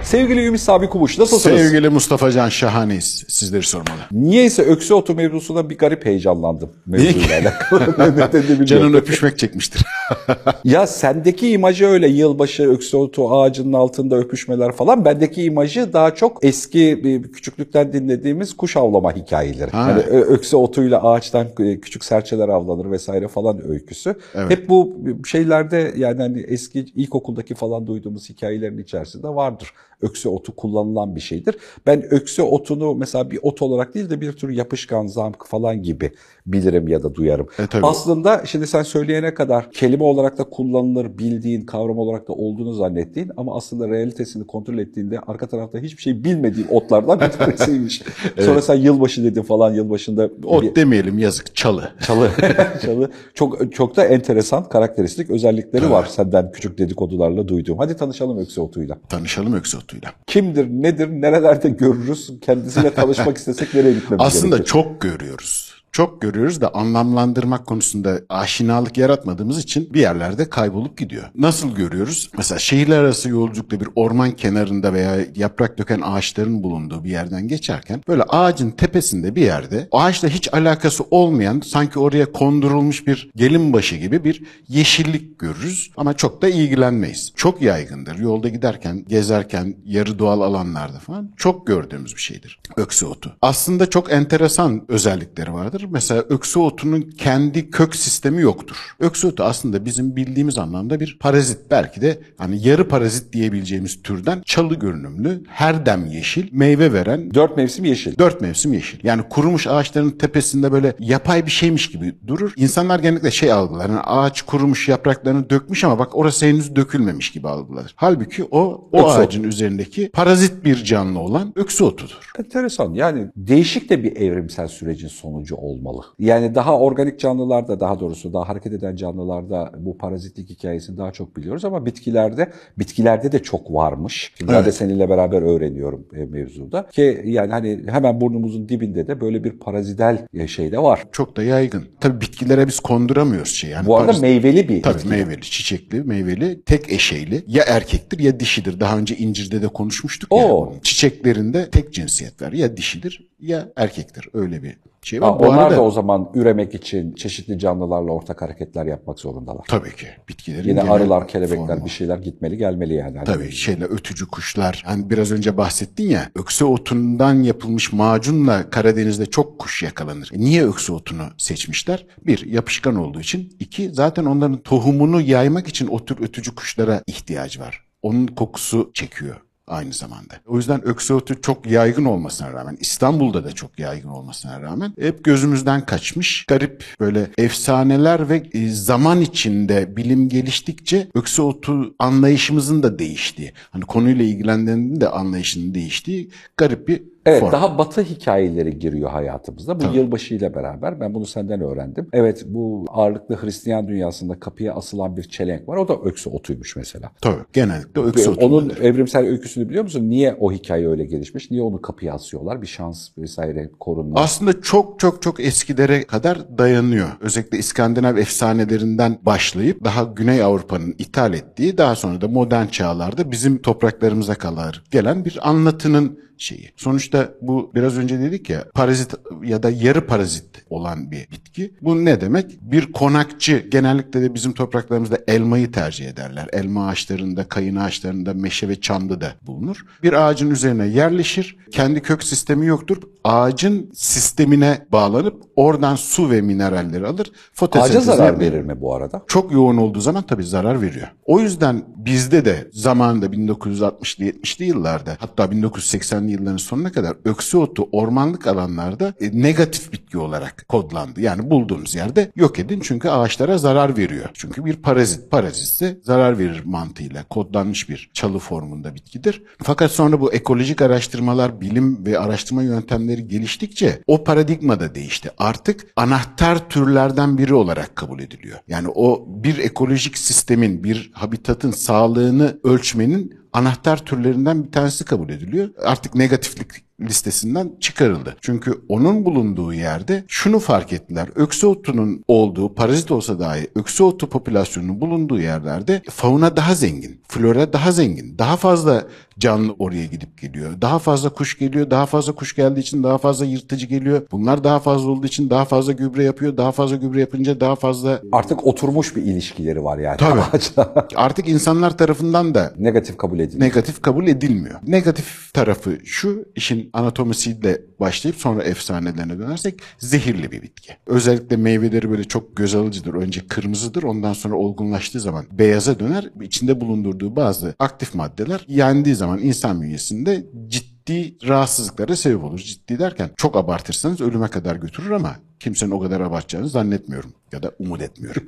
Sevgili Ümit Sabi Kumuş, nasılsınız? Sevgili Mustafa Can, şahaneyiz. Sizleri sormalı. Niyeyse öksü otu mevzusuna bir garip heyecanlandım. Mevzuyla alakalı. Canın öpüşmek çekmiştir. Ya sendeki imajı öyle, yılbaşı öksü otu ağacının altında öpüşmeler falan. Bendeki imajı daha çok eski küçüklükten dinlediğimiz kuş avlama hikayeleri. Hani öksü otuyla ağaçtan küçük serçeler avlanır vesaire falan öyküsü. Evet. Hep bu şeylerde, yani hani eski ilkokuldaki falan duyduğumuz hikayelerin içerisinde vardır. Öksü otu kullanılan bir şeydir. Ben öksü otunu mesela bir ot olarak değil de bir tür yapışkan, zamk falan gibi bilirim ya da duyarım. Aslında şimdi sen söyleyene kadar kelime olarak da kullanılır, bildiğin, kavram olarak da olduğunu zannettiğin ama aslında realitesini kontrol ettiğinde arka tarafta hiçbir şey bilmediğin otlardan bir tanesiymiş. Evet. Sonra sen yılbaşı dedin falan, yılbaşında... Ot demeyelim, yazık, çalı. Çalı. Çok da enteresan, karakteristik özellikleri var senden küçük dedikodularla duyduğum. Hadi tanışalım öksü otuyla. Tanışalım öksü otuyla. Kimdir, nedir, nerelerde görürüz? Kendisiyle tanışmak istesek nereye gitmemiz Aslında gerekir? çok görüyoruz. Çok görüyoruz da anlamlandırmak konusunda aşinalık yaratmadığımız için bir yerlerde kaybolup gidiyor. Nasıl görüyoruz? Mesela şehirler arası yolculukta bir orman kenarında veya yaprak döken ağaçların bulunduğu bir yerden geçerken böyle ağacın tepesinde bir yerde ağaçla hiç alakası olmayan, sanki oraya kondurulmuş bir gelin başı gibi bir yeşillik görürüz ama çok da ilgilenmeyiz. Çok yaygındır. Yolda giderken, gezerken, yarı doğal alanlarda falan çok gördüğümüz bir şeydir. Öksü otu. Aslında çok enteresan özellikleri vardır. Mesela öksü otunun kendi kök sistemi yoktur. Öksü otu aslında bizim bildiğimiz anlamda bir parazit. Belki de hani yarı parazit diyebileceğimiz türden çalı görünümlü, her dem yeşil, meyve veren. 4 mevsim yeşil. 4 mevsim yeşil. Yani kurumuş ağaçların tepesinde böyle yapay bir şeymiş gibi durur. İnsanlar genellikle şey algılar. Yani ağaç kurumuş, yapraklarını dökmüş ama bak orası henüz dökülmemiş gibi algılar. Halbuki o ağacın üzerindeki parazit bir canlı olan öksü otudur. Enteresan. Yani değişik de bir evrimsel sürecin sonucu olmalı. Yani daha organik canlılarda, daha doğrusu daha hareket eden canlılarda bu parazitlik hikayesini daha çok biliyoruz ama bitkilerde de çok varmış. Ben de seninle beraber öğreniyorum mevzuda. Ki yani hani hemen burnumuzun dibinde de böyle bir parazidel şey de var. Çok da yaygın. Tabii bitkilere biz konduramıyoruz şey. Yani bu arada meyveli bir tabii bitki. Meyveli, çiçekli, meyveli, tek eşeyli. Ya erkektir ya dişidir. Daha önce incirde de konuşmuştuk ya. Çiçeklerinde tek cinsiyet var. Ya dişidir ya erkektir. Öyle bir şey var. Onlar da o zaman üremek için çeşitli canlılarla ortak hareketler yapmak zorundalar. Tabii ki. Bitkilerin yine arılar, kelebekler bir şeyler gitmeli gelmeli yani. Tabii ötücü kuşlar. Hani biraz önce bahsettin ya, öksü otundan yapılmış macunla Karadeniz'de çok kuş yakalanır. Niye öksü otunu seçmişler? Bir, yapışkan olduğu için. İki, zaten onların tohumunu yaymak için o tür ötücü kuşlara ihtiyacı var. Onun kokusu çekiyor aynı zamanda. O yüzden öksü otu çok yaygın olmasına rağmen, İstanbul'da da çok yaygın olmasına rağmen hep gözümüzden kaçmış. Garip böyle efsaneler ve zaman içinde bilim geliştikçe öksü otu anlayışımızın da değiştiği, hani konuyla ilgilenenlerin de anlayışının değiştiği garip bir form. Daha batı hikayeleri giriyor hayatımızda. Bu yılbaşıyla beraber ben bunu senden öğrendim. Evet, bu ağırlıklı Hristiyan dünyasında kapıya asılan bir çelenk var. O da öksü otuymuş mesela. Tabii. Genellikle öksü otu. Onun evrimsel öyküsünü biliyor musun? Niye o hikaye öyle gelişmiş? Niye onu kapıya asıyorlar? Bir şans vesaire korunma. Aslında çok eskilere kadar dayanıyor. Özellikle İskandinav efsanelerinden başlayıp daha Güney Avrupa'nın ithal ettiği, daha sonra da modern çağlarda bizim topraklarımıza kadar gelen bir anlatının şeyi. Sonuçta bu biraz önce dedik ya, parazit ya da yarı parazit olan bir bitki. Bu ne demek? Bir konakçı, genellikle de bizim topraklarımızda elmayı tercih ederler. Elma ağaçlarında, kayın ağaçlarında, meşe ve çamda da bulunur. Bir ağacın üzerine yerleşir. Kendi kök sistemi yoktur. Ağacın sistemine bağlanıp oradan su ve mineralleri alır. Ağaca zarar verir mi bu arada? Çok yoğun olduğu zaman tabii zarar veriyor. O yüzden bizde de zamanında 1960'lı 70'li yıllarda, hatta 1980'li yılların sonuna kadar öksü otu ormanlık alanlarda negatif bitki olarak kodlandı. Yani bulduğunuz yerde yok edin çünkü ağaçlara zarar veriyor. Çünkü bir parazit. Parazitse zarar verir mantığıyla kodlanmış bir çalı formunda bitkidir. Fakat sonra bu ekolojik araştırmalar, bilim ve araştırma yöntemleri geliştikçe o paradigma da değişti. Artık anahtar türlerden biri olarak kabul ediliyor. Yani o bir ekolojik sistemin, bir habitatın sağlığını ölçmenin anahtar türlerinden bir tanesi kabul ediliyor. Artık negatiflik listesinden çıkarıldı. Çünkü onun bulunduğu yerde şunu fark ettiler. Öksü otunun olduğu, parazit olsa dahi öksü otu popülasyonunun bulunduğu yerlerde fauna daha zengin, flora daha zengin, daha fazla canlı oraya gidip geliyor. Daha fazla kuş geliyor, daha fazla kuş geldiği için daha fazla yırtıcı geliyor. Bunlar daha fazla olduğu için daha fazla gübre yapıyor. Daha fazla gübre yapınca daha fazla... Artık oturmuş bir ilişkileri var yani. Tabii. Artık insanlar tarafından da negatif kabul edilmiyor. Negatif tarafı şu, işin anatomisiyle başlayıp sonra efsanelerine dönersek zehirli bir bitki. Özellikle meyveleri böyle çok göz alıcıdır. Önce kırmızıdır, ondan sonra olgunlaştığı zaman beyaza döner. İçinde bulundurduğu bazı aktif maddeler yendiği zaman insan bünyesinde ciddi rahatsızlıklara sebep olur. Ciddi derken çok abartırsanız ölüme kadar götürür ama kimsenin o kadar abartacağını zannetmiyorum ya da umut etmiyorum.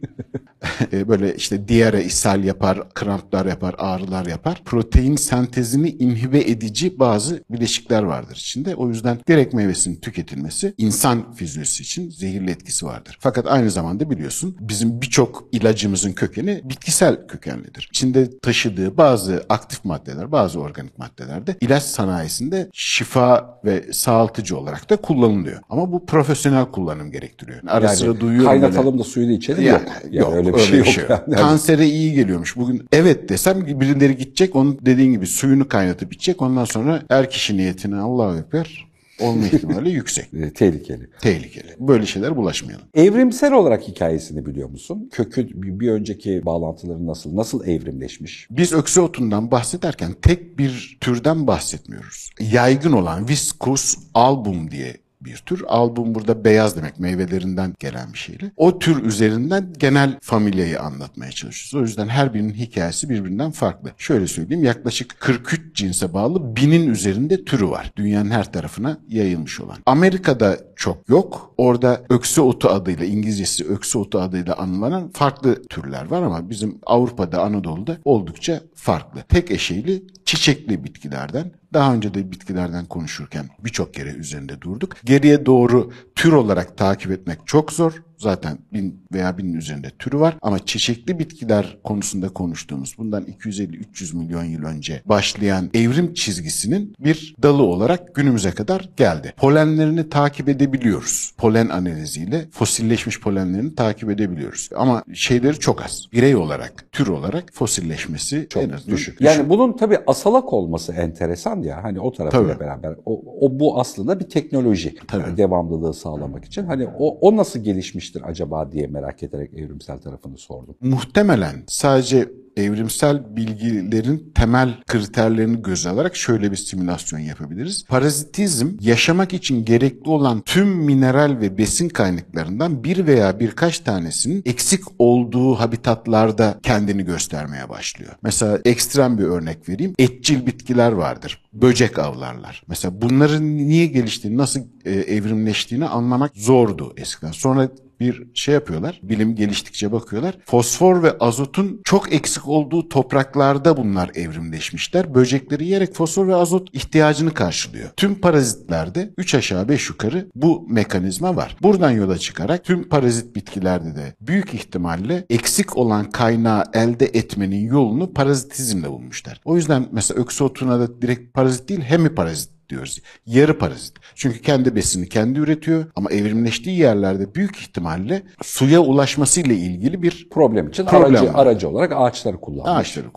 Böyle işte diyare, ishal yapar, kramplar yapar, ağrılar yapar. Protein sentezini inhibe edici bazı bileşikler vardır içinde. O yüzden direkt meyvesinin tüketilmesi insan fizyolojisi için zehirli etkisi vardır. Fakat aynı zamanda biliyorsun bizim birçok ilacımızın kökeni bitkisel kökenlidir. İçinde taşıdığı bazı aktif maddeler, bazı organik maddeler de ilaç sanayisinde şifa ve sağaltıcı olarak da kullanılıyor. Ama bu profesyonel kullanım gerektiriyor. Ara yani sıra duyuyorum. Kaynatalım da suyunu içelim yok. Yani öyle bir şey yok. Yani. Kansere iyi geliyormuş. Bugün evet desem birileri gidecek, onun dediğin gibi suyunu kaynatıp içecek. Ondan sonra er kişi niyetine Allahu Ekber olma ihtimali yüksek. Tehlikeli. Böyle şeyler bulaşmayalım. Evrimsel olarak hikayesini biliyor musun? Kökü bir önceki bağlantıları nasıl evrimleşmiş? Biz öksü otundan bahsederken tek bir türden bahsetmiyoruz. Yaygın olan Viscus album diye bir tür. Album burada beyaz demek, meyvelerinden gelen bir şeyle. O tür üzerinden genel familyayı anlatmaya çalışıyoruz. O yüzden her birinin hikayesi birbirinden farklı. Şöyle söyleyeyim, yaklaşık 43 cinse bağlı 1000'in üzerinde türü var. Dünyanın her tarafına yayılmış olan. Amerika'da çok yok. Orada öksü otu adıyla, İngilizcesi öksü otu adıyla anılan farklı türler var ama bizim Avrupa'da, Anadolu'da oldukça farklı. Tek eşeyli, çiçekli bitkilerden. Daha önce de bitkilerden konuşurken birçok kere üzerinde durduk. Geriye doğru tür olarak takip etmek çok zor. Zaten 1000 veya 1000'in üzerinde türü var. Ama çiçekli bitkiler konusunda konuştuğumuz bundan 250-300 milyon yıl önce başlayan evrim çizgisinin bir dalı olarak günümüze kadar geldi. Polenlerini takip edebiliyoruz. Polen analiziyle fosilleşmiş polenlerini takip edebiliyoruz. Ama şeyleri çok az. Birey olarak, tür olarak fosilleşmesi çok en azından düşük. Yani bunun tabii asalak olması enteresan ya. Hani o tarafıyla beraber. Bu aslında bir teknoloji. Yani devamlılığı sağlamak için. Hani o nasıl gelişmiştir acaba diye merak ederek evrimsel tarafını sordum. Muhtemelen sadece evrimsel bilgilerin temel kriterlerini göze alarak şöyle bir simülasyon yapabiliriz. Parazitizm yaşamak için gerekli olan tüm mineral ve besin kaynaklarından bir veya birkaç tanesinin eksik olduğu habitatlarda kendini göstermeye başlıyor. Mesela ekstrem bir örnek vereyim. Etçil bitkiler vardır. Böcek avlarlar. Mesela bunların niye geliştiğini, nasıl evrimleştiğini anlamak zordu eskiden. Sonra bir şey yapıyorlar. Bilim geliştikçe bakıyorlar. Fosfor ve azotun çok eksik olduğu topraklarda bunlar evrimleşmişler. Böcekleri yiyerek fosfor ve azot ihtiyacını karşılıyor. Tüm parazitlerde 3 aşağı 5 yukarı bu mekanizma var. Buradan yola çıkarak tüm parazit bitkilerde de büyük ihtimalle eksik olan kaynağı elde etmenin yolunu parazitizmle bulmuşlar. O yüzden mesela öksü otuna da direkt parazit değil, hemiparazit diyoruz. Yarı parazit. Çünkü kendi besini kendi üretiyor ama evrimleştiği yerlerde büyük ihtimalle suya ulaşmasıyla ilgili bir problem için aracı olarak ağaçları kullanıyor.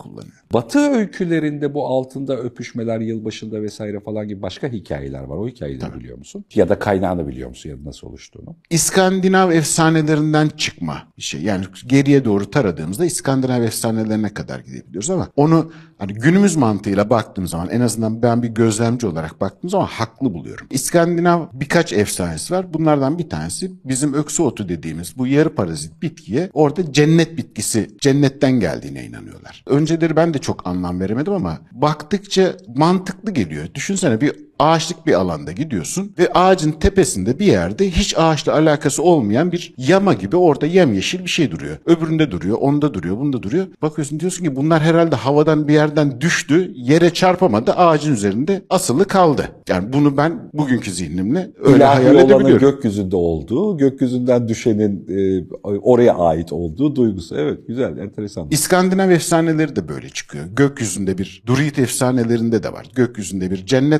Batı öykülerinde bu altında öpüşmeler, yılbaşında vesaire falan gibi başka hikayeler var. O hikayeleri biliyor musun? Ya da kaynağını biliyor musun ya da nasıl oluştuğunu? İskandinav efsanelerinden çıkma bir şey. Yani geriye doğru taradığımızda İskandinav efsanelerine kadar gidebiliyoruz ama onu hani günümüz mantığıyla baktığım zaman, en azından ben bir gözlemci olarak baktığım zaman haklı buluyorum. İskandinav birkaç efsanesi var. Bunlardan bir tanesi bizim öksü otu dediğimiz bu yarı parazit bitkiye orada cennet bitkisi, cennetten geldiğine inanıyorlar. Önceleri ben de çok anlam veremedim ama baktıkça mantıklı geliyor. Düşünsene, bir ağaçlık bir alanda gidiyorsun ve ağacın tepesinde bir yerde hiç ağaçla alakası olmayan bir yama gibi orada yemyeşil bir şey duruyor. Öbüründe duruyor, onda duruyor, bunda duruyor. Bakıyorsun, diyorsun ki bunlar herhalde havadan bir yerden düştü, yere çarpamadı, ağacın üzerinde asılı kaldı. Yani bunu ben bugünkü zihnimle öyle hayal edebiliyorum. Olanın gökyüzünde olduğu, gökyüzünden düşenin oraya ait olduğu duygusu. Evet, güzel, enteresan. İskandinav efsaneleri de böyle çıkıyor. Gökyüzünde bir Druid efsanelerinde de var. Gökyüzünde bir cennet var. Bir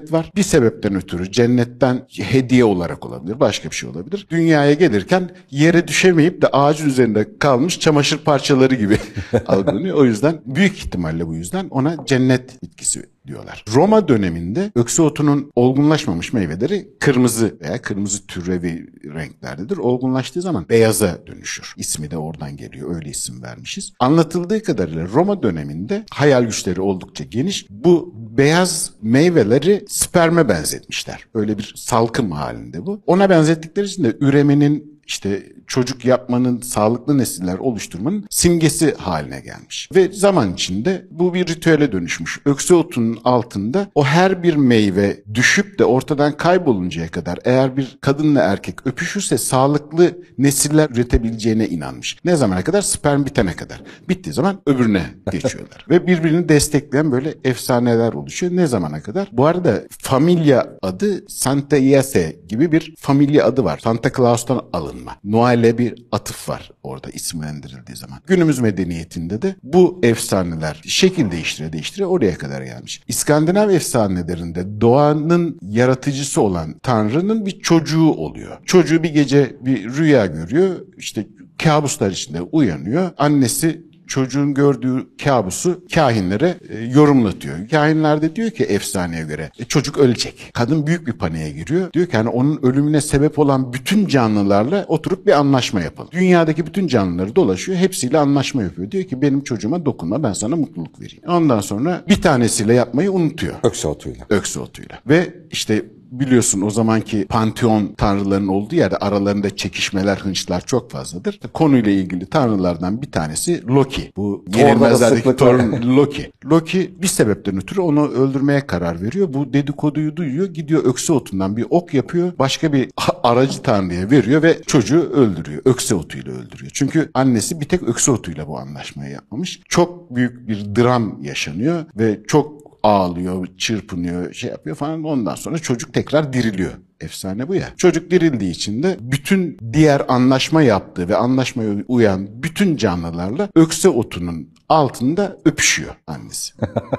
sebepten ötürü cennetten hediye olarak olabilir, başka bir şey olabilir. Dünyaya gelirken yere düşemeyip de ağacın üzerinde kalmış çamaşır parçaları gibi algılanıyor. O yüzden büyük ihtimalle bu yüzden ona cennet bitkisi diyorlar. Roma döneminde öksü otunun olgunlaşmamış meyveleri kırmızı veya kırmızı türevi renklerdedir. Olgunlaştığı zaman beyaza dönüşür. İsmi de oradan geliyor. Öyle isim vermişiz. Anlatıldığı kadarıyla Roma döneminde hayal güçleri oldukça geniş. Bu beyaz meyveleri sperme benzetmişler. Öyle bir salkım halinde bu. Ona benzettikleri için de üremenin, işte çocuk yapmanın, sağlıklı nesiller oluşturmanın simgesi haline gelmiş. Ve zaman içinde bu bir ritüele dönüşmüş. Öksü otunun altında o her bir meyve düşüp de ortadan kayboluncaya kadar eğer bir kadınla erkek öpüşürse sağlıklı nesiller üretebileceğine inanmış. Ne zamana kadar? Sperm bitene kadar. Bittiği zaman öbürüne geçiyorlar. Ve birbirini destekleyen böyle efsaneler oluşuyor. Ne zamana kadar? Bu arada familya adı Santa Iese gibi bir familya adı var. Santa Claus'tan alınma. Noel'e bir atıf var orada isimlendirildiği zaman. Günümüz medeniyetinde de bu efsaneler şekil değiştire oraya kadar gelmiş. İskandinav efsanelerinde doğanın yaratıcısı olan Tanrı'nın bir çocuğu oluyor. Çocuğu bir gece bir rüya görüyor. İşte kabuslar içinde uyanıyor. Annesi çocuğun gördüğü kabusu kahinlere yorumlatıyor. Kahinler de diyor ki efsaneye göre çocuk ölecek. Kadın büyük bir paniğe giriyor. Diyor ki hani onun ölümüne sebep olan bütün canlılarla oturup bir anlaşma yapalım. Dünyadaki bütün canlıları dolaşıyor. Hepsiyle anlaşma yapıyor. Diyor ki benim çocuğuma dokunma, ben sana mutluluk vereyim. Ondan sonra bir tanesiyle yapmayı unutuyor. Öksü otuyla. Öksü otuyla. Ve işte biliyorsun o zamanki panteon tanrılarının olduğu yerde aralarında çekişmeler, hınçlar çok fazladır. Konuyla ilgili tanrılardan bir tanesi Loki. Bu yenilmezlerdeki torun Loki. Loki bir sebepten ötürü onu öldürmeye karar veriyor. Bu dedikoduyu duyuyor. Gidiyor öksü otundan bir ok yapıyor. Başka bir aracı tanrıya veriyor ve çocuğu öldürüyor. Öksü otuyla öldürüyor. Çünkü annesi bir tek öksü otuyla bu anlaşmayı yapmamış. Çok büyük bir dram yaşanıyor ve çok ağlıyor, çırpınıyor, şey yapıyor falan. Ondan sonra çocuk tekrar diriliyor. Efsane bu ya. Çocuk dirildiği için de bütün diğer anlaşma yaptığı ve anlaşmaya uyan bütün canlılarla ökse otunun altında öpüşüyor annesi.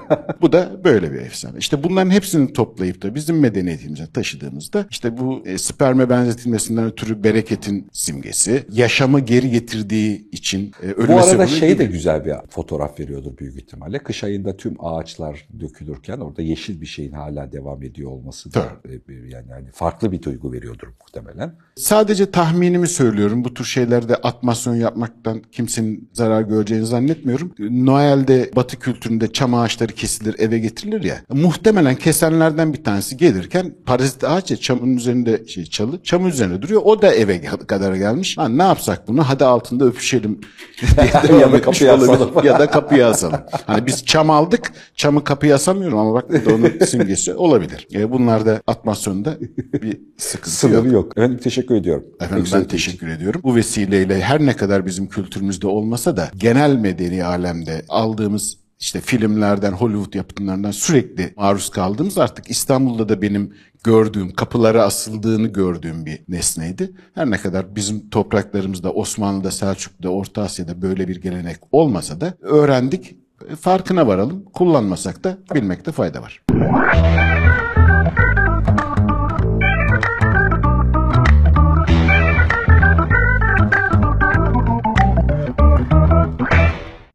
Bu da böyle bir efsane. İşte bunların hepsini toplayıp da bizim medeniyetimize taşıdığımızda işte bu sperme benzetilmesinden ötürü bereketin simgesi, yaşamı geri getirdiği için ölüme bu arada sebep şey de gibi. güzel bir fotoğraf veriyordur büyük ihtimalle. Kış ayında tüm ağaçlar dökülürken orada yeşil bir şeyin hala devam ediyor olması da yani farklı bir duygu veriyordur muhtemelen. Sadece tahminimi söylüyorum. Bu tür şeylerde atmasyon yapmaktan kimsenin zarar göreceğini zannetmiyorum. Noel'de Batı kültüründe çam ağaçları kesilir, eve getirilir ya. Muhtemelen kesenlerden bir tanesi gelirken parazit ağaç ya, çamın üzerinde çalı. Çamın üzerinde duruyor. O da eve kadar gelmiş. Lan ne yapsak bunu? Hadi altında öpüşelim diye ya da kapıya asalım. ya da kapıya asalım. Hani biz çam aldık. Çamı kapıya asamıyorum ama bak burada onun simgesi olabilir. Bunlarda atmasyonda bir sıkıntı Sınırı yok. Efendim teşekkür ediyorum. Efendim ben teşekkür ediyorum. Bu vesileyle her ne kadar bizim kültürümüzde olmasa da genel medeni alemde aldığımız işte filmlerden, Hollywood yapıtlarından sürekli maruz kaldığımız artık İstanbul'da da benim gördüğüm, kapılara asıldığını gördüğüm bir nesneydi. Her ne kadar bizim topraklarımızda, Osmanlı'da, Selçuklu'da, Orta Asya'da böyle bir gelenek olmasa da öğrendik. Farkına varalım. Kullanmasak da bilmekte fayda var.